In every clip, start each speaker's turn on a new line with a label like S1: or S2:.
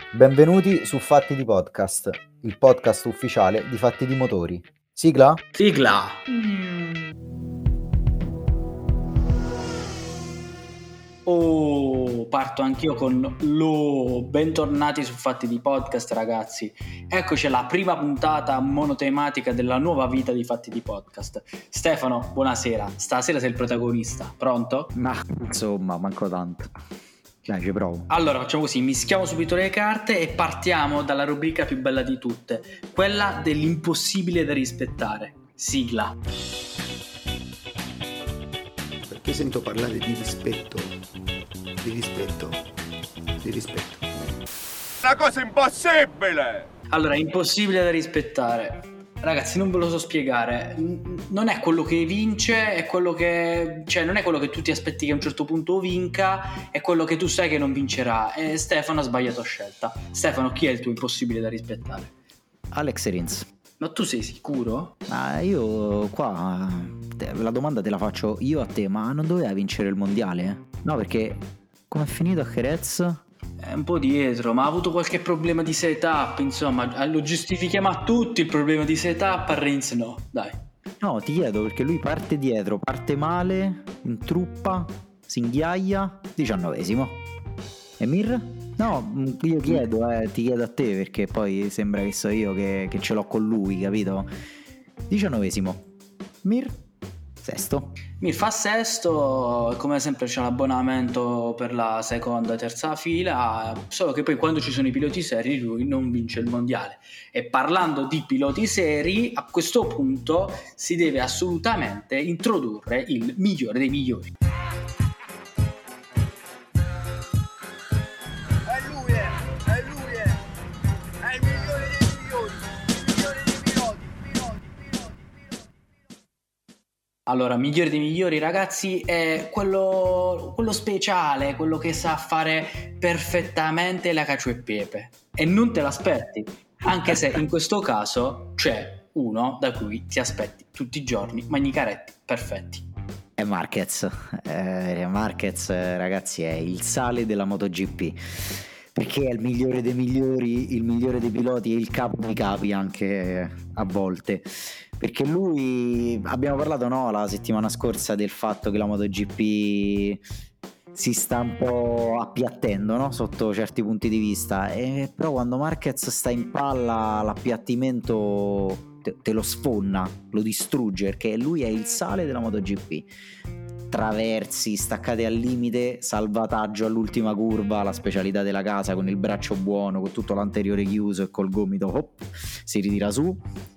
S1: Benvenuti su Fatti di Podcast, il podcast ufficiale di Fatti di Motori. Sigla?
S2: Sigla! Oh, parto anch'io con lo bentornati su Fatti di Podcast, ragazzi. Eccoci alla prima puntata monotematica della nuova vita di Fatti di Podcast. Stefano, buonasera. Stasera sei il protagonista. Pronto?
S1: Ma insomma, manco tanto. Dai, ci provo.
S2: Allora, facciamo così, mischiamo subito le carte e partiamo dalla rubrica più bella di tutte, quella dell'impossibile da rispettare. Sigla.
S3: Perché sento parlare di rispetto, di rispetto, di rispetto.
S4: Una cosa impossibile!
S2: Allora, impossibile da rispettare. Ragazzi, non ve lo so spiegare. Non è quello che vince, è quello che... Cioè, non è quello che tu ti aspetti che a un certo punto vinca, è quello che tu sai che non vincerà. E Stefano ha sbagliato scelta. Stefano, chi è il tuo impossibile da rispettare?
S1: Alex Rins.
S2: Ma tu sei sicuro?
S1: Ma io qua la domanda te la faccio io a te, ma non doveva vincere il mondiale? No, perché come è finito a Jerez?
S2: È un po' dietro, ma ha avuto qualche problema di setup, insomma, lo giustifichiamo a tutti il problema di setup, a Rins no, dai.
S1: No, ti chiedo perché lui parte dietro, parte male, intruppa, si inghiaia, 19esimo. E Mir? No, io chiedo, ti chiedo a te perché poi sembra che so io che ce l'ho con lui, capito? 19esimo. Mir? Sesto.
S2: Mi fa sesto, come sempre c'è l'abbonamento per la seconda e terza fila, solo che poi quando ci sono i piloti seri lui non vince il mondiale. E parlando di piloti seri, a questo punto si deve assolutamente introdurre il migliore dei migliori. Allora, migliore dei migliori, ragazzi, è quello speciale, quello che sa fare perfettamente la cacio e pepe. E non te l'aspetti, anche se in questo caso c'è uno da cui ti aspetti tutti i giorni magnicaretti perfetti.
S1: È Marquez. Marquez, ragazzi, è il sale della MotoGP. Perché è il migliore dei migliori, il migliore dei piloti e il capo dei capi anche a volte. Perché lui, abbiamo parlato la settimana scorsa del fatto che la MotoGP si sta un po' appiattendo, no? Sotto certi punti di vista, però quando Marquez sta in palla l'appiattimento te lo sfonna, lo distrugge, perché lui è il sale della MotoGP. Traversi, staccate al limite, salvataggio all'ultima curva, la specialità della casa, con il braccio buono, con tutto l'anteriore chiuso e col gomito si ritira su,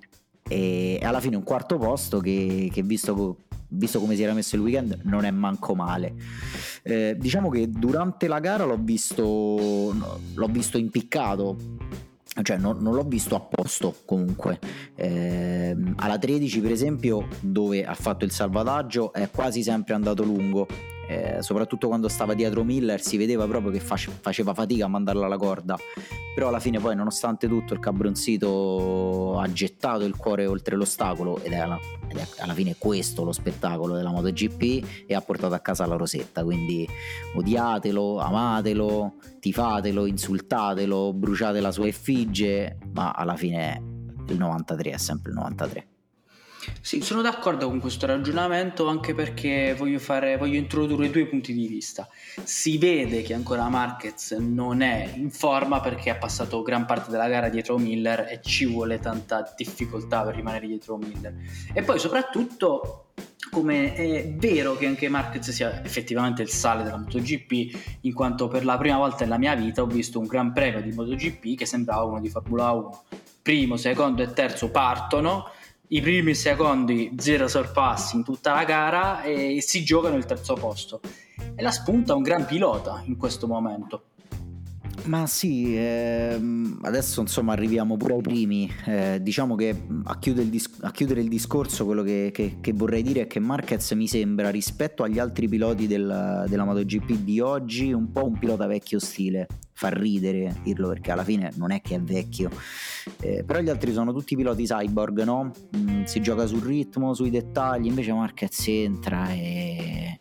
S1: e alla fine un quarto posto che visto come si era messo il weekend non è manco male. Diciamo che durante la gara l'ho visto impiccato, cioè non l'ho visto a posto comunque. Alla 13 per esempio, dove ha fatto il salvataggio, è quasi sempre andato lungo, soprattutto quando stava dietro Miller si vedeva proprio che faceva fatica a mandarla alla corda, però alla fine poi nonostante tutto il cabronzito ha gettato il cuore oltre l'ostacolo ed è alla fine questo lo spettacolo della MotoGP, e ha portato a casa la rosetta. Quindi odiatelo, amatelo, tifatelo, insultatelo, bruciate la sua effigie, ma alla fine il 93 è sempre il 93.
S2: Sì, sono d'accordo con questo ragionamento, anche perché voglio introdurre due punti di vista. Si vede che ancora Marquez non è in forma perché ha passato gran parte della gara dietro Miller e ci vuole tanta difficoltà per rimanere dietro Miller. E poi soprattutto, come è vero che anche Marquez sia effettivamente il sale della MotoGP, in quanto per la prima volta nella mia vita ho visto un gran premio di MotoGP che sembrava uno di Formula 1. Primo, secondo e terzo partono, i primi secondi zero sorpassi in tutta la gara e si giocano il terzo posto, e la spunta un gran pilota in questo momento.
S1: Ma sì, adesso insomma arriviamo pure ai primi. Diciamo che a chiudere il discorso, quello che vorrei dire è che Marquez mi sembra, rispetto agli altri piloti della MotoGP di oggi, un po' un pilota vecchio stile. Fa ridere dirlo perché alla fine non è che è vecchio, però gli altri sono tutti piloti cyborg, no? Si gioca sul ritmo, sui dettagli, invece Marquez entra e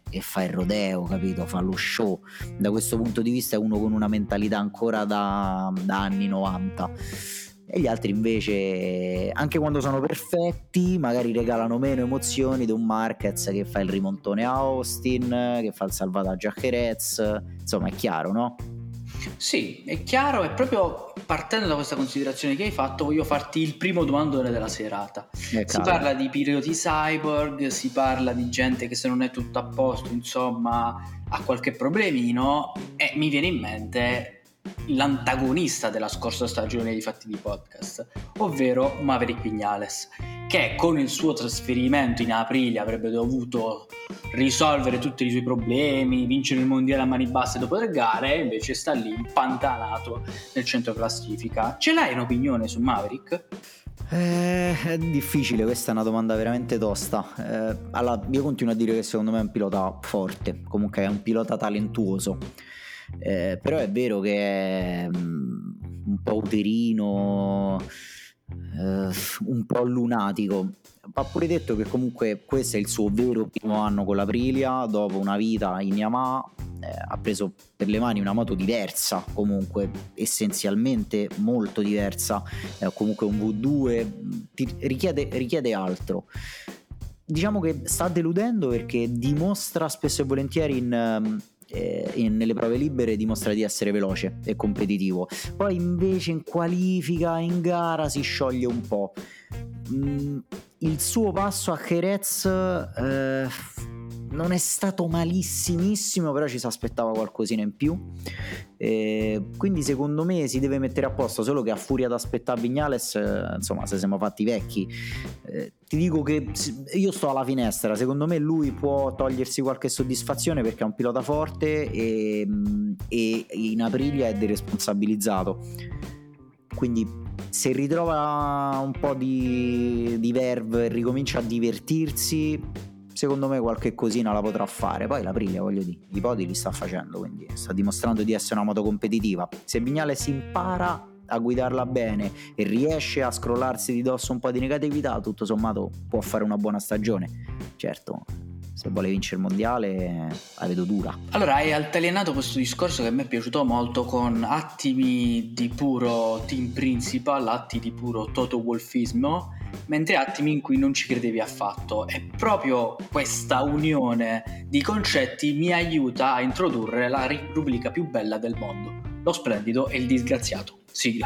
S1: e fa il rodeo, capito? Fa lo show. Da questo punto di vista è uno con una mentalità ancora da anni 90. E gli altri invece, anche quando sono perfetti, magari regalano meno emozioni di un Marquez che fa il rimontone a Austin, che fa il salvataggio a Jerez. Insomma, è chiaro, no?
S2: Sì, è chiaro, e proprio partendo da questa considerazione che hai fatto voglio farti il primo domandone della serata. Si parla di piloti cyborg, si parla di gente che se non è tutto a posto, insomma, ha qualche problemino, e mi viene in mente l'antagonista della scorsa stagione di Fatti di Podcast, ovvero Maverick Viñales, che con il suo trasferimento in Aprilia avrebbe dovuto risolvere tutti i suoi problemi, vincere il mondiale a mani basse dopo 3 gare, invece sta lì impantanato nel centro classifica. Ce l'hai un'opinione su Maverick?
S1: È difficile, questa è una domanda veramente tosta. Allora, io continuo a dire che secondo me è un pilota forte, comunque è un pilota talentuoso. Però è vero che è un po' uterino, un po' lunatico. Va pure detto che comunque questo è il suo vero primo anno con l'Aprilia, dopo una vita in Yamaha. Ha preso per le mani una moto diversa, comunque essenzialmente molto diversa, comunque un V2 richiede altro. Diciamo che sta deludendo perché dimostra spesso e volentieri nelle prove libere, dimostra di essere veloce e competitivo, poi invece in qualifica, in gara si scioglie un po'. Il suo passo a Jerez non è stato malissimissimo, però ci si aspettava qualcosina in più, quindi secondo me si deve mettere a posto, solo che a furia di aspettare Viñales, insomma, se siamo fatti vecchi, ti dico che io sto alla finestra. Secondo me lui può togliersi qualche soddisfazione perché è un pilota forte e in Aprilia è deresponsabilizzato, quindi se ritrova un po' di verve e ricomincia a divertirsi, secondo me qualche cosina la potrà fare. Poi l'Aprilia, voglio dire, i podi li sta facendo, quindi sta dimostrando di essere una moto competitiva. Se Viñales impara a guidarla bene e riesce a scrollarsi di dosso un po' di negatività, tutto sommato può fare una buona stagione. Certo, se vuole vincere il mondiale la vedo dura.
S2: Allora, hai altaneato questo discorso che a me è piaciuto molto, con attimi di puro team principal, atti di puro toto wolfismo, mentre attimi in cui non ci credevi affatto. E proprio questa unione di concetti mi aiuta a introdurre la rubrica più bella del mondo: lo splendido e il disgraziato. Sigla.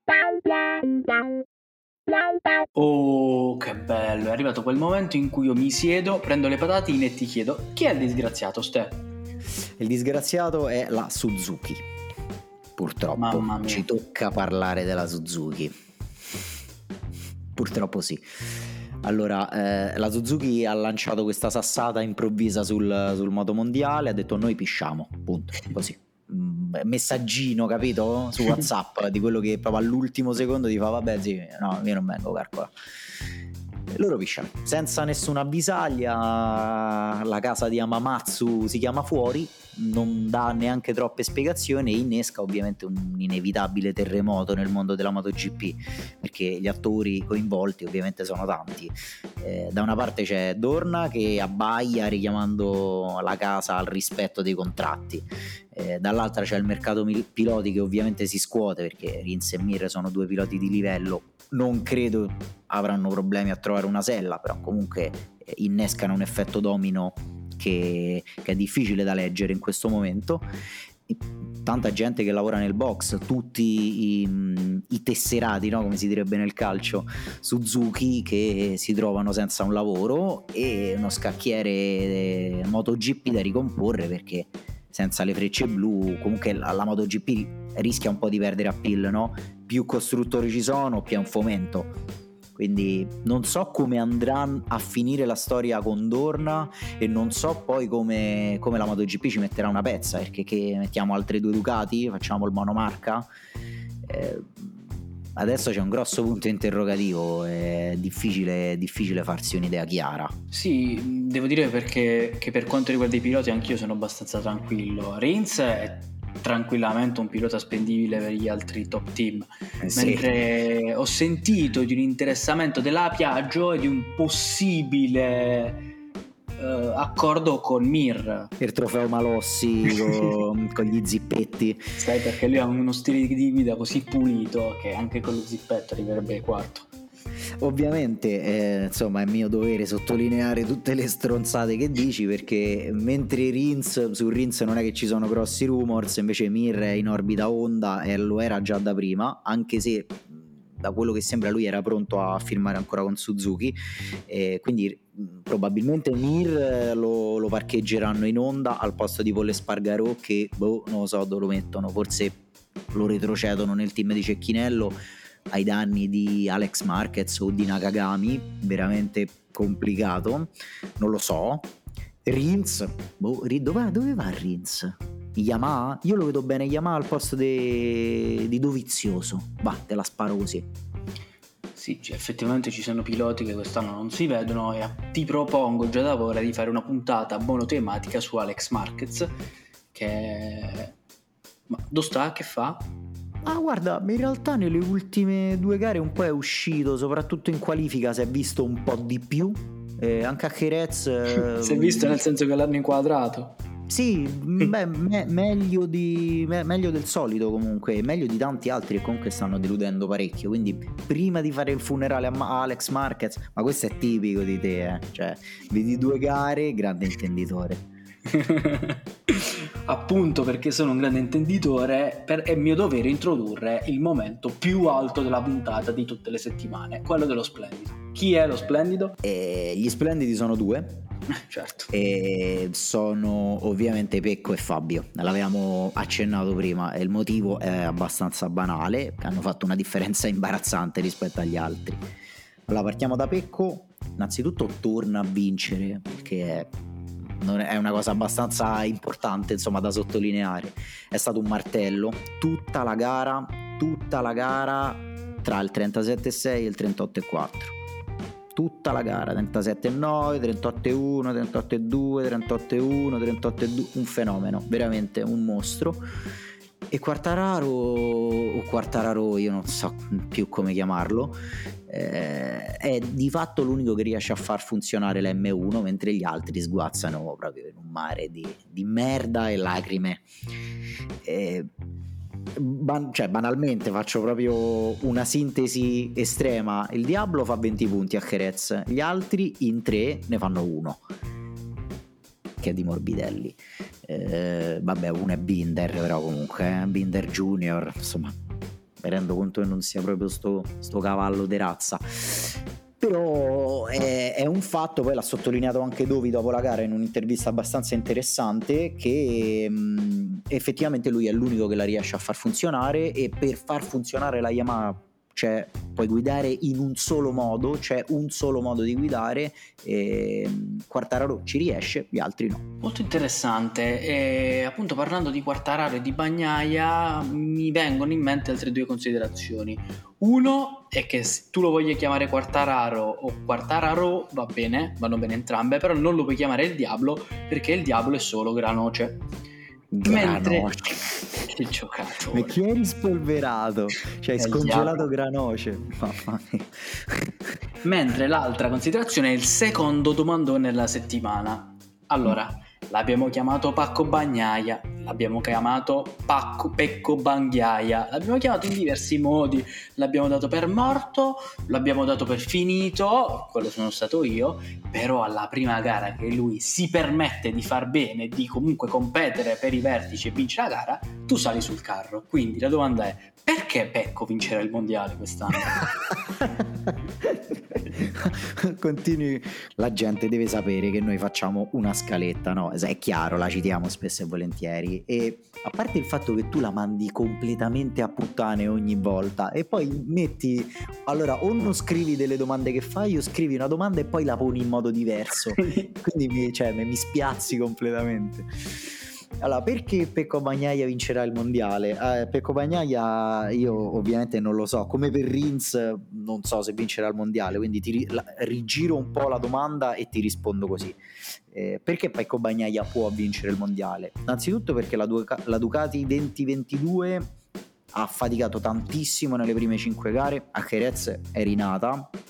S2: Oh, che bello, è arrivato quel momento in cui io mi siedo, prendo le patatine e ti chiedo: chi è il disgraziato, Ste?
S1: Il disgraziato è la Suzuki. Purtroppo ci tocca parlare della Suzuki. Purtroppo sì. Allora, la Suzuki ha lanciato questa sassata improvvisa sul motomondiale, ha detto noi pisciamo, punto, così. Messaggino, capito, su WhatsApp di quello che proprio all'ultimo secondo ti fa vabbè sì, no, io non vengo, calcola. Loro pisciano senza nessuna avvisaglia, la casa di Hamamatsu si chiama fuori, non dà neanche troppe spiegazioni e innesca ovviamente un inevitabile terremoto nel mondo della MotoGP, perché gli attori coinvolti ovviamente sono tanti. Da una parte c'è Dorna che abbaia richiamando la casa al rispetto dei contratti, dall'altra c'è il mercato piloti che ovviamente si scuote perché Rins e Mir sono 2 piloti di livello, non credo avranno problemi a trovare una sella, però comunque innescano un effetto domino che è difficile da leggere in questo momento. Tanta gente che lavora nel box, tutti i tesserati, no? Come si direbbe nel calcio, Suzuki, che si trovano senza un lavoro e uno scacchiere MotoGP da ricomporre, perché senza le frecce blu comunque la MotoGP rischia un po' di perdere appeal, no? Più costruttori ci sono, più è un fomento. Quindi non so come andrà a finire la storia con Dorna e non so poi come la MotoGP ci metterà una pezza, perché che mettiamo altre 2 Ducati, facciamo il monomarca. Adesso c'è un grosso punto interrogativo, è difficile farsi un'idea chiara.
S2: Sì, devo dire perché che per quanto riguarda i piloti anch'io sono abbastanza tranquillo. Rins è tranquillamente un pilota spendibile per gli altri top team, mentre ho sentito di un interessamento della Piaggio e di un possibile accordo con Mir.
S1: Il trofeo Malossi con gli zippetti.
S2: Sai, perché lui ha uno stile di guida così pulito che anche con lo zippetto arriverebbe ai quarto.
S1: Ovviamente insomma è mio dovere sottolineare tutte le stronzate che dici, perché mentre su Rins non è che ci sono grossi rumors, invece Mir è in orbita Honda e lo era già da prima, anche se da quello che sembra lui era pronto a firmare ancora con Suzuki, quindi probabilmente Mir lo parcheggeranno in Honda al posto di Paul Espargaró, che non lo so dove lo mettono, forse lo retrocedono nel team di Cecchinello ai danni di Alex Marquez o di Nakagami, veramente complicato, non lo so. Rins, dove va Rins? Yamaha? Io lo vedo bene Yamaha al posto di Dovizioso, va, te la sparo così.
S2: Sì, effettivamente ci sono piloti che quest'anno non si vedono, e ti propongo già da ora di fare una puntata monotematica su Alex Marquez, che ma dove sta? Che fa?
S1: Guarda, in realtà nelle ultime 2 gare un po' è uscito, soprattutto in qualifica si è visto un po' di più, anche a Jerez
S2: si è visto, nel senso che l'hanno inquadrato.
S1: Sì, meglio del solito, comunque meglio di tanti altri che comunque stanno deludendo parecchio, quindi prima di fare il funerale a Alex Marquez, ma questo è tipico di te, cioè vedi 2 gare, grande intenditore.
S2: Appunto, perché sono un grande intenditore, è mio dovere introdurre il momento più alto della puntata di tutte le settimane, quello dello splendido. Chi è lo splendido?
S1: Gli splendidi sono 2.
S2: Certo.
S1: E sono ovviamente Pecco e Fabio, l'avevamo accennato prima, e il motivo è abbastanza banale, che hanno fatto una differenza imbarazzante rispetto agli altri. Allora partiamo da Pecco. Innanzitutto torna a vincere, perché è una cosa abbastanza importante, insomma, da sottolineare. È stato un martello tutta la gara tra il 37,6 e il 38,4, tutta la gara, 37,9, 38,1, 38,2, 38,1, 38,2, un fenomeno, veramente un mostro. E Quartararo, io non so più come chiamarlo, è di fatto l'unico che riesce a far funzionare l'M1, mentre gli altri sguazzano proprio in un mare di merda e lacrime. Banalmente faccio proprio una sintesi estrema: il Diablo fa 20 punti a Jerez, gli altri in 3 ne fanno 1, che è di Morbidelli. Vabbè, uno è Binder, però comunque Binder Junior, insomma, mi rendo conto che non sia proprio sto cavallo di razza, però è un fatto. Poi l'ha sottolineato anche Dovi dopo la gara in un'intervista abbastanza interessante, che effettivamente lui è l'unico che la riesce a far funzionare, e per far funzionare la Yamaha puoi guidare in un solo modo, c'è un solo modo di guidare, e Quartararo ci riesce, gli altri no.
S2: Molto interessante. E appunto, parlando di Quartararo e di Bagnaia, mi vengono in mente altre 2 considerazioni. Uno è che se tu lo voglia chiamare Quartararo o Quartararo va bene, vanno bene entrambe, però non lo puoi chiamare il Diablo, perché il Diablo è solo Granoce. Mentre che giocatore,
S1: ma chi hai rispolverato? Cioè hai scongelato Granoce, mamma mia.
S2: Mentre l'altra considerazione è il secondo domandone della settimana. Allora, l'abbiamo chiamato Pacco Bagnaia, l'abbiamo chiamato Pecco Bagnaia, l'abbiamo chiamato in diversi modi, l'abbiamo dato per morto, l'abbiamo dato per finito, quello sono stato io, però alla prima gara che lui si permette di far bene, di comunque competere per i vertici e vincere la gara, tu sali sul carro. Quindi la domanda è: perché Pecco vincerà il mondiale quest'anno?
S1: Continui, la gente deve sapere che noi facciamo una scaletta, no? È chiaro, la citiamo spesso e volentieri, e a parte il fatto che tu la mandi completamente a puttane ogni volta, e poi metti, allora, o non scrivi delle domande che fai, o scrivi una domanda e poi la poni in modo diverso, quindi mi spiazzi completamente. Allora, perché Pecco Bagnaia vincerà il mondiale? Pecco Bagnaia io ovviamente non lo so, come per Rins non so se vincerà il mondiale, quindi rigiro un po' la domanda e ti rispondo così. Perché Pecco Bagnaia può vincere il mondiale? Innanzitutto perché la Ducati 2022 ha faticato tantissimo nelle prime 5 gare, a Jerez è rinata,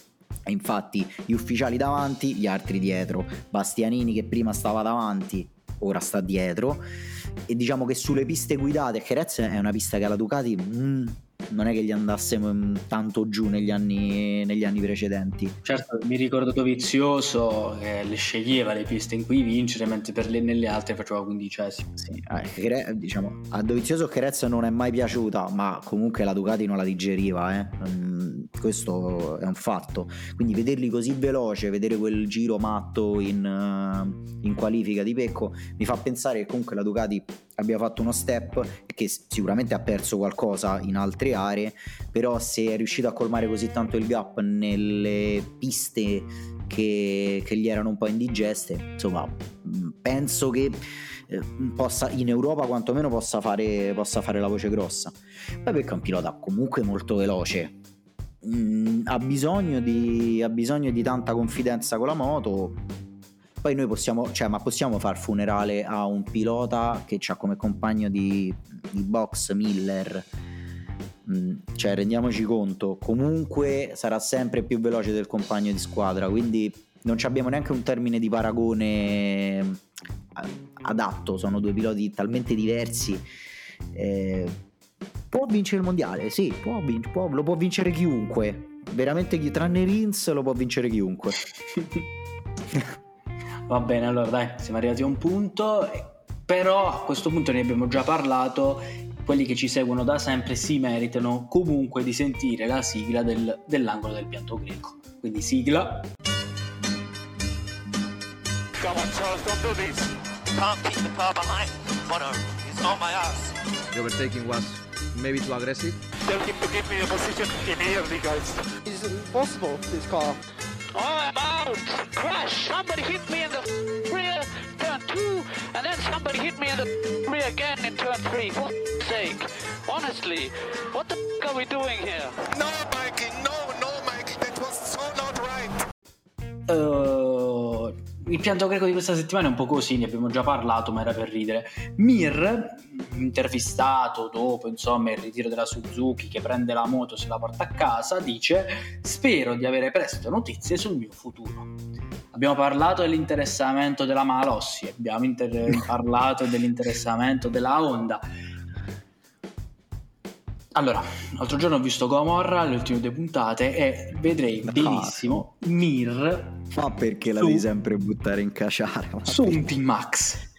S1: E infatti gli ufficiali davanti, gli altri dietro. Bastianini che prima stava davanti, ora sta dietro. E diciamo che sulle piste guidate, Jerez è una pista che alla Ducati non è che gli andasse tanto giù negli anni precedenti.
S2: Certo, mi ricordo Dovizioso che le sceglieva le piste in cui vincere, mentre nelle altre faceva 15esimo.
S1: Sì, diciamo, a Dovizioso Jerez non è mai piaciuta, ma comunque la Ducati non la digeriva, questo è un fatto. Quindi vederli così veloce, vedere quel giro matto in qualifica di Pecco, mi fa pensare che comunque la Ducati abbia fatto uno step, che sicuramente ha perso qualcosa in altre aree, però se è riuscito a colmare così tanto il gap nelle piste che gli erano un po' indigeste, insomma penso che possa, in Europa quantomeno possa fare la voce grossa. Poi Pecco è un pilota comunque molto veloce, ha bisogno di tanta confidenza con la moto. Poi noi possiamo far funerale a un pilota che ha come compagno di box Miller, cioè rendiamoci conto, comunque sarà sempre più veloce del compagno di squadra, quindi non abbiamo neanche un termine di paragone adatto, sono due piloti talmente diversi. Può vincere il mondiale, sì, lo può vincere chiunque, veramente, tranne Rins lo può vincere chiunque.
S2: Va bene, allora dai, siamo arrivati a un punto, però a questo punto ne abbiamo già parlato, quelli che ci seguono da sempre si meritano comunque di sentire la sigla dell'angolo del pianto greco. Quindi sigla.
S5: Come on, Charles, don't do this. Can't keep the car behind. Bono is on my ass.
S6: The overtaking was maybe too aggressive.
S5: Tell him to give me a position immediately, guys.
S7: It's impossible, this car.
S8: Oh, I'm out! Crash! Somebody hit me in the rear, turn 2, and then somebody hit me in the rear again in turn 3. For sake. Honestly, what the are we doing here?
S5: No, Mikey, no, Mikey, that was so not right.
S2: Il pianto greco di questa settimana è un po' così, ne abbiamo già parlato, ma era per ridere. Mir, intervistato dopo insomma il ritiro della Suzuki, che prende la moto e se la porta a casa, dice: spero di avere presto notizie sul mio futuro. Abbiamo parlato dell'interessamento della Malossi, abbiamo parlato dell'interessamento della Honda. Allora, l'altro giorno ho visto Gomorra, le ultime 2 puntate, e vedrei benissimo Mir.
S1: Ma perché la devi sempre buttare in caciara?
S2: Su un T-Max.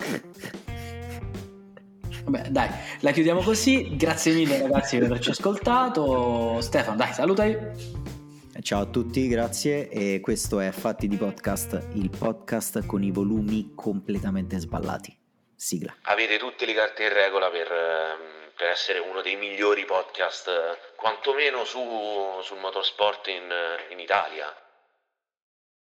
S2: Vabbè, dai, la chiudiamo così. Grazie mille ragazzi per averci ascoltato. Stefano, dai, salutali.
S1: Ciao a tutti, grazie. E questo è Fatti di Podcast, il podcast con i volumi completamente sballati. Sigla.
S9: Avete tutte le carte in regola per essere uno dei migliori podcast, quantomeno sul motorsport in Italia.